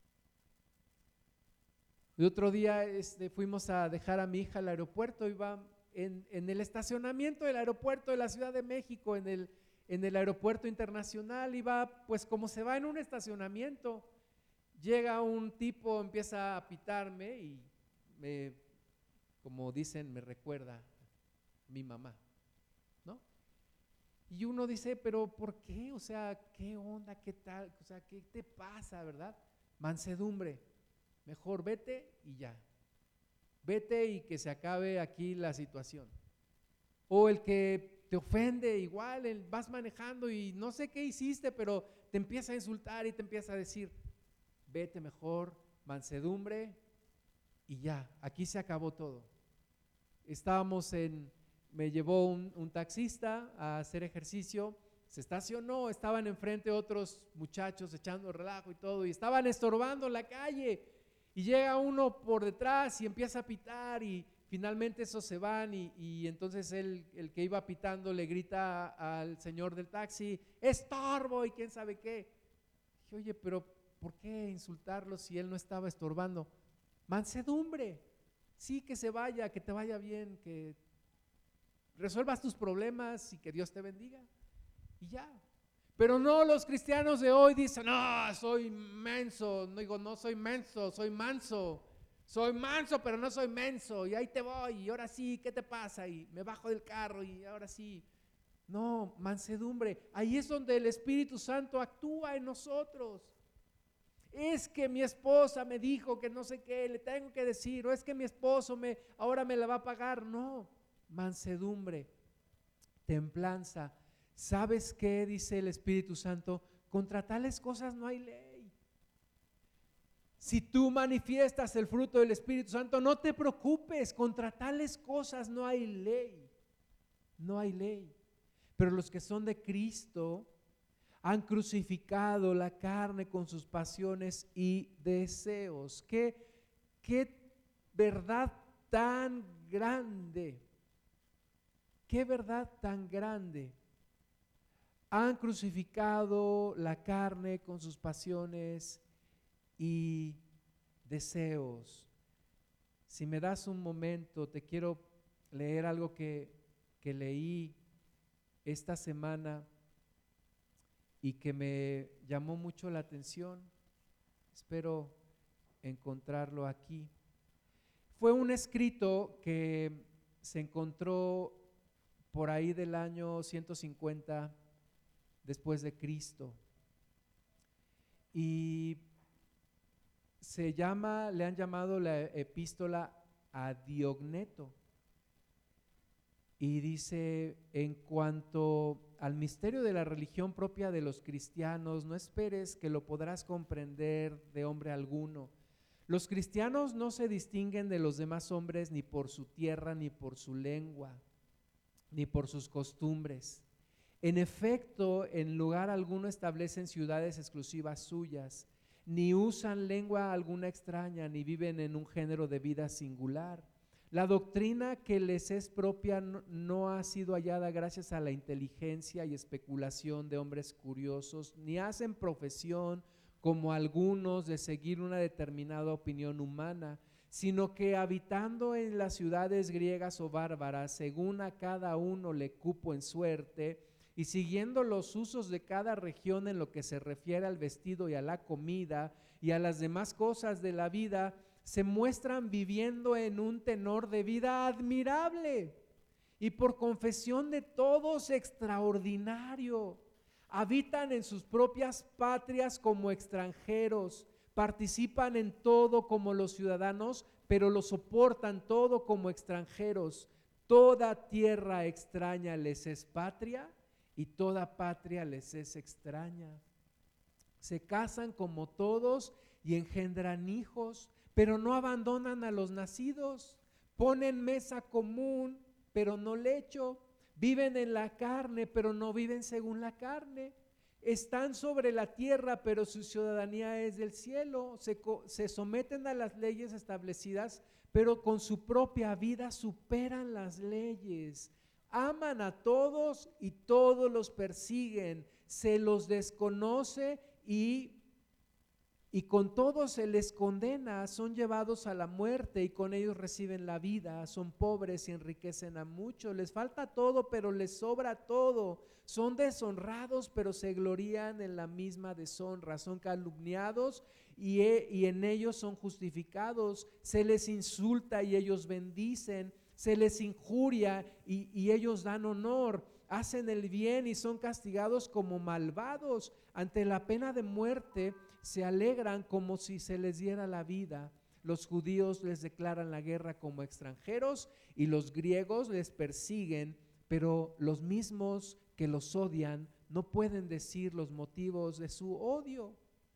El otro día este, fuimos a dejar a mi hija al aeropuerto, iba en, en el estacionamiento del aeropuerto de la Ciudad de México, en el, en el aeropuerto internacional, iba pues como se va en un estacionamiento, llega un tipo, empieza a pitarme y me, como dicen, me recuerda a mi mamá, ¿no? Y uno dice, pero ¿por qué? O sea, ¿qué onda? ¿Qué tal? O sea, ¿qué te pasa, verdad? Mansedumbre. Mejor vete y ya, vete y que se acabe aquí la situación. O el que te ofende, igual, el, vas manejando y no sé qué hiciste, pero te empieza a insultar y te empieza a decir, vete mejor, mansedumbre y ya, aquí se acabó todo. Estábamos en, me llevó un, un taxista a hacer ejercicio, se estacionó, estaban enfrente otros muchachos echando relajo y todo, y estaban estorbando la calle. Y llega uno por detrás y empieza a pitar y finalmente esos se van y, y entonces él, el que iba pitando le grita al señor del taxi, estorbo y quién sabe qué. Dije, oye, pero ¿por qué insultarlo si él no estaba estorbando? Mansedumbre, sí, que se vaya, que te vaya bien, que resuelvas tus problemas y que Dios te bendiga y ya. Pero no, los cristianos de hoy dicen, no, soy menso, no digo, no soy menso, soy manso, soy manso, pero no soy menso, y ahí te voy, y ahora sí, ¿qué te pasa? Y me bajo del carro, y ahora sí. No, mansedumbre, ahí es donde el Espíritu Santo actúa en nosotros. Es que mi esposa me dijo que no sé qué, le tengo que decir, o es que mi esposo me, ahora me la va a pagar. No, mansedumbre, templanza. ¿Sabes qué dice el Espíritu Santo? Contra tales cosas no hay ley. Si tú manifiestas el fruto del Espíritu Santo, no te preocupes, contra tales cosas no hay ley. No hay ley. Pero los que son de Cristo han crucificado la carne con sus pasiones y deseos. Qué, qué verdad tan grande. Qué verdad tan grande. Han crucificado la carne con sus pasiones y deseos. Si me das un momento, te quiero leer algo que, que leí esta semana y que me llamó mucho la atención. Espero encontrarlo aquí. Fue un escrito que se encontró por ahí del año ciento cincuenta después de Cristo, y se llama, le han llamado la epístola a Diogneto, y dice: en cuanto al misterio de la religión propia de los cristianos, no esperes que lo podrás comprender de hombre alguno. Los cristianos no se distinguen de los demás hombres ni por su tierra, ni por su lengua, ni por sus costumbres. En efecto, en lugar alguno establecen ciudades exclusivas suyas, ni usan lengua alguna extraña, ni viven en un género de vida singular. La doctrina que les es propia no, no ha sido hallada gracias a la inteligencia y especulación de hombres curiosos, ni hacen profesión como algunos de seguir una determinada opinión humana, sino que habitando en las ciudades griegas o bárbaras, según a cada uno le cupo en suerte, y siguiendo los usos de cada región en lo que se refiere al vestido y a la comida y a las demás cosas de la vida, se muestran viviendo en un tenor de vida admirable y por confesión de todos extraordinario. Habitan en sus propias patrias como extranjeros, participan en todo como los ciudadanos, pero lo soportan todo como extranjeros. Toda tierra extraña les es patria y toda patria les es extraña. Se casan como todos y engendran hijos, pero no abandonan a los nacidos. Ponen mesa común, pero no lecho. Viven en la carne, pero no viven según la carne. Están sobre la tierra, pero su ciudadanía es del cielo. Se, se someten a las leyes establecidas, pero con su propia vida superan las leyes. Aman a todos y todos los persiguen. Se los desconoce y Y con todos se les condena, son llevados a la muerte y con ellos reciben la vida, son pobres y enriquecen a muchos, les falta todo pero les sobra todo, son deshonrados pero se glorían en la misma deshonra, son calumniados y, y en ellos son justificados, se les insulta y ellos bendicen, se les injuria y, y ellos dan honor. Hacen el bien y son castigados como malvados. Ante la pena de muerte se alegran como si se les diera la vida. Los judíos les declaran la guerra como extranjeros y los griegos les persiguen, pero los mismos que los odian no pueden decir los motivos de su odio.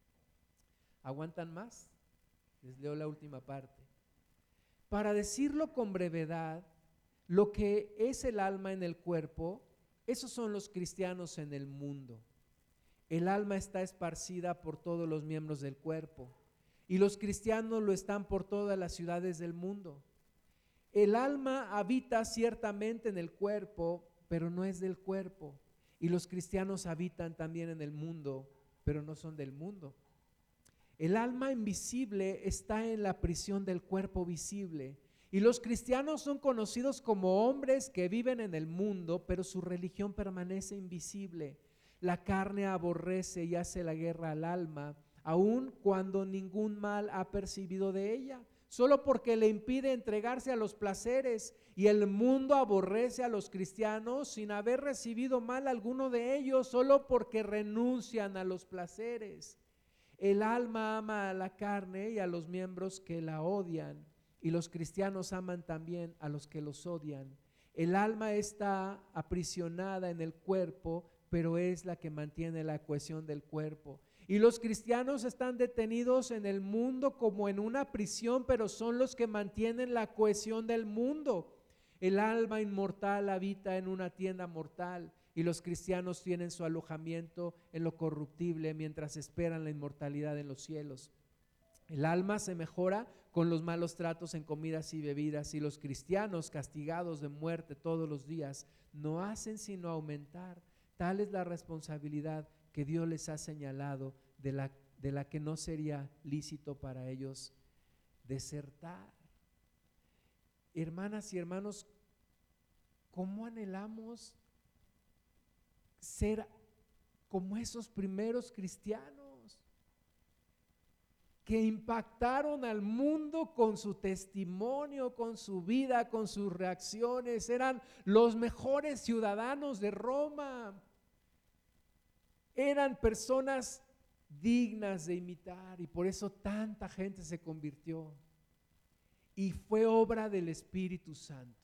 ¿Aguantan más? Les leo la última parte. Para decirlo con brevedad, lo que es el alma en el cuerpo, esos son los cristianos en el mundo. El alma está esparcida por todos los miembros del cuerpo y los cristianos lo están por todas las ciudades del mundo. El alma habita ciertamente en el cuerpo, pero no es del cuerpo. Y los cristianos habitan también en el mundo, pero no son del mundo. El alma invisible está en la prisión del cuerpo visible. Y los cristianos son conocidos como hombres que viven en el mundo, pero su religión permanece invisible. La carne aborrece y hace la guerra al alma, aun cuando ningún mal ha percibido de ella, solo porque le impide entregarse a los placeres. Y el mundo aborrece a los cristianos sin haber recibido mal alguno de ellos, solo porque renuncian a los placeres. El alma ama a la carne y a los miembros que la odian, y los cristianos aman también a los que los odian. El alma está aprisionada en el cuerpo, pero es la que mantiene la cohesión del cuerpo. Y los cristianos están detenidos en el mundo como en una prisión, pero son los que mantienen la cohesión del mundo. El alma inmortal habita en una tienda mortal, y los cristianos tienen su alojamiento en lo corruptible mientras esperan la inmortalidad en los cielos. El alma se mejora con los malos tratos en comidas y bebidas, y los cristianos, castigados de muerte todos los días, no hacen sino aumentar. Tal es la responsabilidad que Dios les ha señalado, de la, de la que no sería lícito para ellos desertar. Hermanas y hermanos, ¿cómo anhelamos ser como esos primeros cristianos que impactaron al mundo con su testimonio, con su vida, con sus reacciones? Eran los mejores ciudadanos de Roma, eran personas dignas de imitar, y por eso tanta gente se convirtió, y fue obra del Espíritu Santo.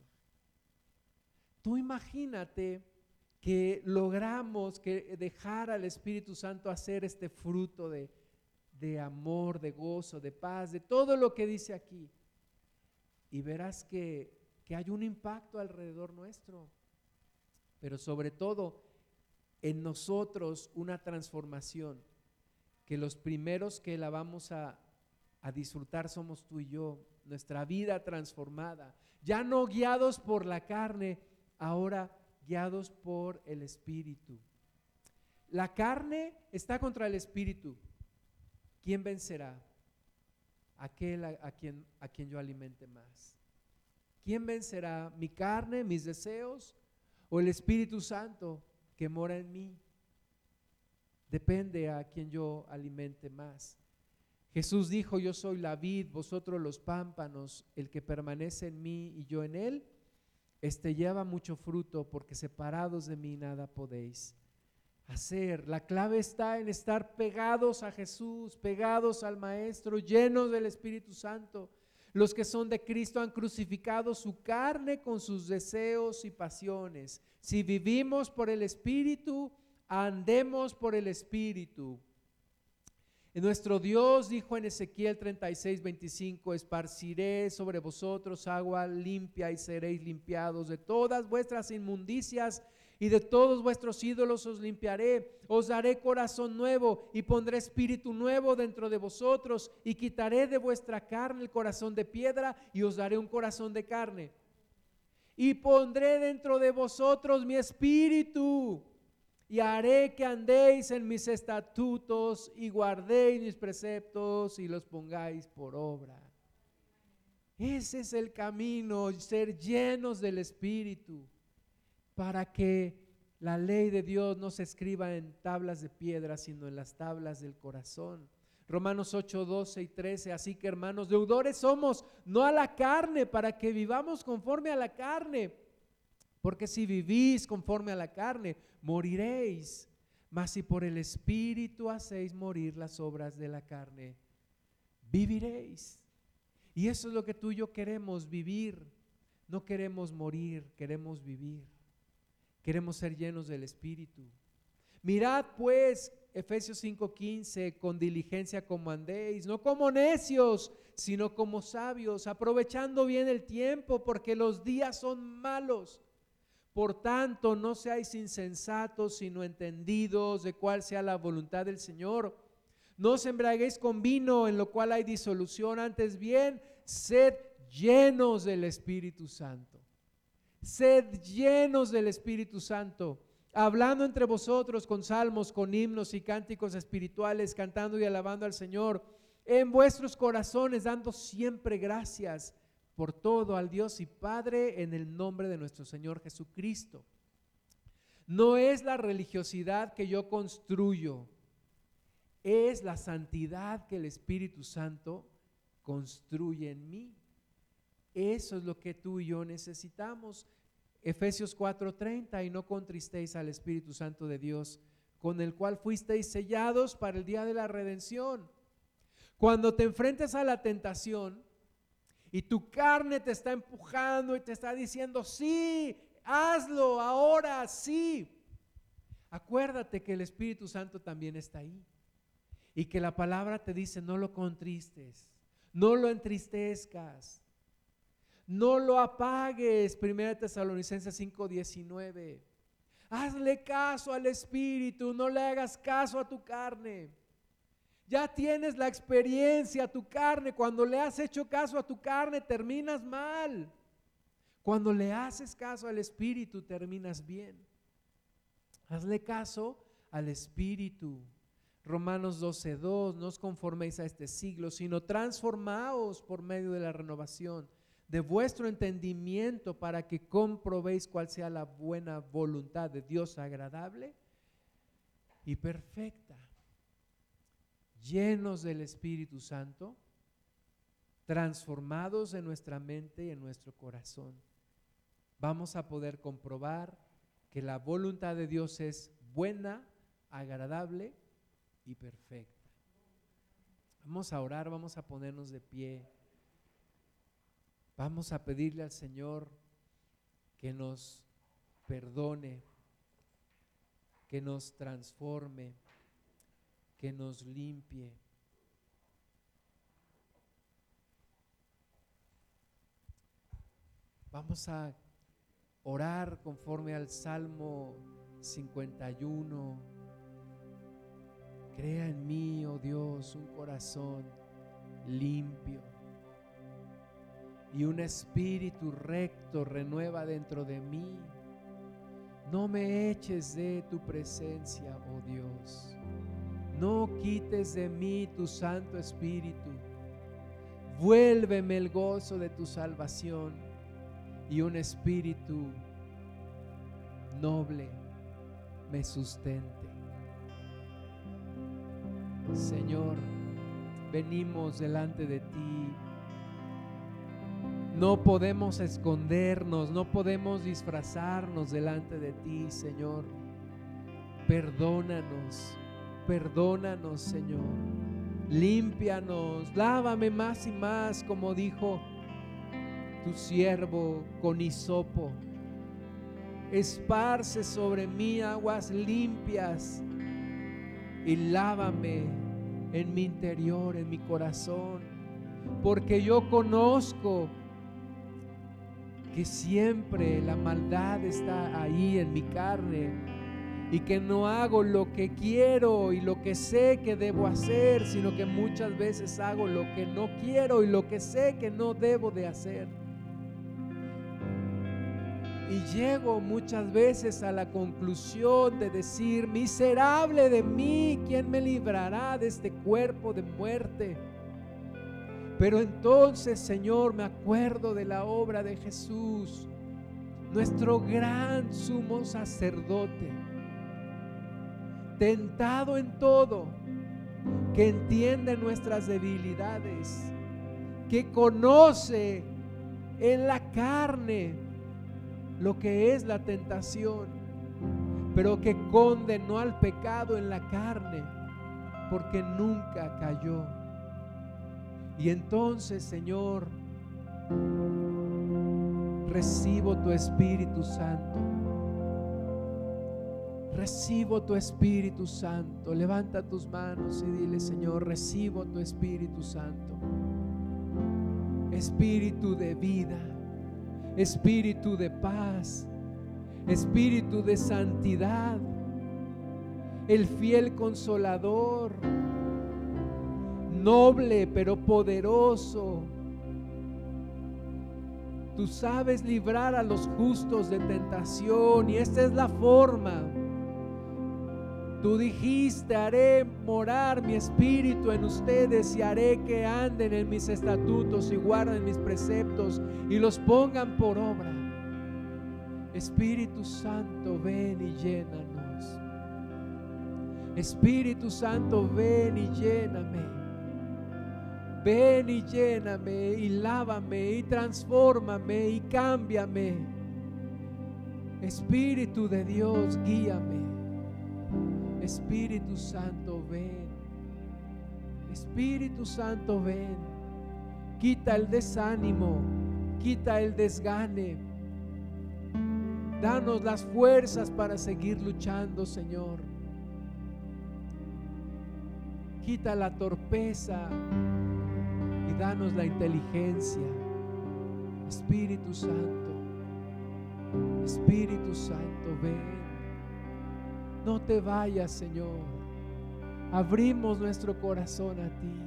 Tú imagínate que logramos que dejar al Espíritu Santo hacer este fruto de, de amor, de gozo, de paz, de todo lo que dice aquí, y verás que, que hay un impacto alrededor nuestro, pero sobre todo en nosotros una transformación, que los primeros que la vamos a, a disfrutar somos tú y yo, nuestra vida transformada, ya no guiados por la carne, ahora guiados por el Espíritu. La carne está contra el Espíritu. ¿Quién vencerá? Aquel a, a, quien, a quien yo alimente más. ¿Quién vencerá? ¿Mi carne, mis deseos, o el Espíritu Santo que mora en mí? Depende a quien yo alimente más. Jesús dijo: yo soy la vid, vosotros los pámpanos. El que permanece en mí y yo en él, este lleva mucho fruto, porque separados de mí nada podéis hacer. La clave está en estar pegados a Jesús, pegados al Maestro, llenos del Espíritu Santo. Los que son de Cristo han crucificado su carne con sus deseos y pasiones. Si vivimos por el Espíritu, andemos por el Espíritu. Nuestro Dios dijo en Ezequiel treinta y seis, veinticinco: esparciré sobre vosotros agua limpia y seréis limpiados de todas vuestras inmundicias, y de todos vuestros ídolos os limpiaré. Os daré corazón nuevo y pondré espíritu nuevo dentro de vosotros, y quitaré de vuestra carne el corazón de piedra y os daré un corazón de carne. Y pondré dentro de vosotros mi espíritu, y haré que andéis en mis estatutos y guardéis mis preceptos y los pongáis por obra. Ese es el camino, ser llenos del Espíritu, para que la ley de Dios no se escriba en tablas de piedra, sino en las tablas del corazón. Romanos ocho, doce y trece: así que, hermanos, deudores somos, no a la carne, para que vivamos conforme a la carne. Porque si vivís conforme a la carne, moriréis. Mas si por el Espíritu hacéis morir las obras de la carne, viviréis. Y eso es lo que tú y yo queremos, vivir. No queremos morir, queremos vivir. Queremos ser llenos del Espíritu. Mirad pues, Efesios cinco quince, con diligencia como andéis, no como necios, sino como sabios, aprovechando bien el tiempo, porque los días son malos. Por tanto, no seáis insensatos, sino entendidos de cuál sea la voluntad del Señor. No os embriaguéis con vino, en lo cual hay disolución, antes bien, sed llenos del Espíritu Santo. Sed llenos del Espíritu Santo, hablando entre vosotros con salmos, con himnos y cánticos espirituales, cantando y alabando al Señor en vuestros corazones, dando siempre gracias por todo al Dios y Padre en el nombre de nuestro Señor Jesucristo. No es la religiosidad que yo construyo, es la santidad que el Espíritu Santo construye en mí. Eso es lo que tú y yo necesitamos. Efesios cuatro treinta, y no contristéis al Espíritu Santo de Dios, con el cual fuisteis sellados para el día de la redención. Cuando te enfrentes a la tentación y tu carne te está empujando y te está diciendo, sí, hazlo ahora, sí, acuérdate que el Espíritu Santo también está ahí y que la palabra te dice, no lo contristes, no lo entristezcas, no lo apagues. Primera Tesalonicenses cinco diecinueve. Hazle caso al Espíritu, no le hagas caso a tu carne. Ya tienes la experiencia a tu carne. Cuando le has hecho caso a tu carne, terminas mal. Cuando le haces caso al Espíritu, terminas bien. Hazle caso al Espíritu. Romanos doce dos, no os conforméis a este siglo, sino transformaos por medio de la renovación de vuestro entendimiento, para que comprobéis cuál sea la buena voluntad de Dios, agradable y perfecta. Llenos del Espíritu Santo, transformados en nuestra mente y en nuestro corazón, vamos a poder comprobar que la voluntad de Dios es buena, agradable y perfecta. Vamos a orar, vamos a ponernos de pie. Vamos a pedirle al Señor que nos perdone, que nos transforme, que nos limpie. Vamos a orar conforme al Salmo cincuenta y uno. Crea en mí, oh Dios, un corazón limpio y un espíritu recto renueva dentro de mí. No me eches de tu presencia, oh Dios. No quites de mí tu Santo Espíritu. Vuélveme el gozo de tu salvación y un espíritu noble me sustente. Señor, venimos delante de ti. No podemos escondernos, no podemos disfrazarnos delante de ti, Señor. Perdónanos, perdónanos, Señor. Límpianos, lávame más y más, como dijo tu siervo con hisopo. Esparce sobre mí aguas limpias y lávame en mi interior, en mi corazón, porque yo conozco que siempre la maldad está ahí en mi carne y que no hago lo que quiero y lo que sé que debo hacer, sino que muchas veces hago lo que no quiero y lo que sé que no debo de hacer. Y llego muchas veces a la conclusión de decir, miserable de mí, ¿quién me librará de este cuerpo de muerte? Pero entonces, Señor, me acuerdo de la obra de Jesús, nuestro gran sumo sacerdote, tentado en todo, que entiende nuestras debilidades, que conoce en la carne lo que es la tentación, pero que condenó al pecado en la carne, porque nunca cayó. Y entonces, Señor, recibo tu Espíritu Santo. Recibo tu Espíritu Santo. Levanta tus manos y dile, Señor, recibo tu Espíritu Santo. Espíritu de vida, espíritu de paz, espíritu de santidad, el fiel consolador, noble pero poderoso, Tú sabes librar a los justos de tentación y esta es la forma. Tú dijiste: haré morar mi espíritu en ustedes y haré que anden en mis estatutos y guarden mis preceptos y los pongan por obra. Espíritu Santo, ven y llénanos. Espíritu Santo, ven y lléname. Ven y lléname y lávame y transfórmame y cámbiame. Espíritu de Dios, guíame. Espíritu Santo, ven. Espíritu Santo, ven. Quita el desánimo, quita el desgane. Danos las fuerzas para seguir luchando, Señor. Quita la torpeza y danos la inteligencia. Espíritu Santo, Espíritu Santo, ven. No te vayas, Señor. Abrimos nuestro corazón a ti.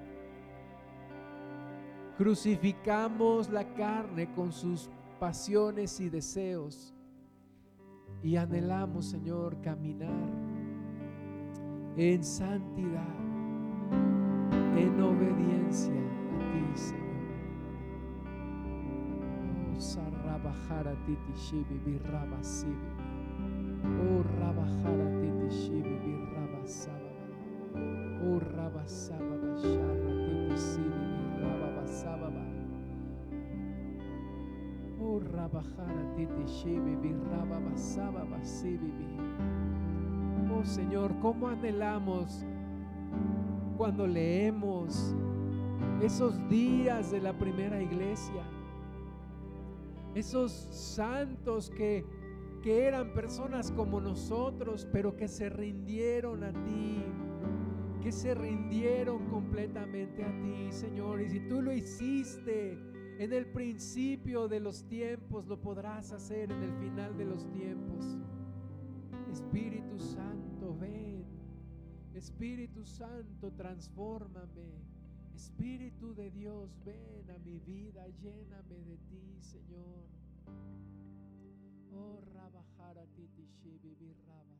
Crucificamos la carne con sus pasiones y deseos y anhelamos, Señor, caminar en santidad, en obediencia a ti, Señor. Oh, sarrabajara titi shibi birraba sibi. Oh, rabajara titi shibi birraba sababa. Oh, rabasababa sharra titi sibi birraba sababa. Oh, rabajara titi shibi birraba sababa sibi. Oh, Señor, cómo anhelamos cuando leemos esos días de la primera iglesia, esos santos que, que eran personas como nosotros, pero que se rindieron a ti, que se rindieron completamente a ti, Señor. Y si tú lo hiciste en el principio de los tiempos, lo podrás hacer en el final de los tiempos. Espíritu Santo, ven. Espíritu Santo, transfórmame. Espíritu de Dios, ven a mi vida, lléname de ti, Señor. Oh, rabajara titi shibi birraba.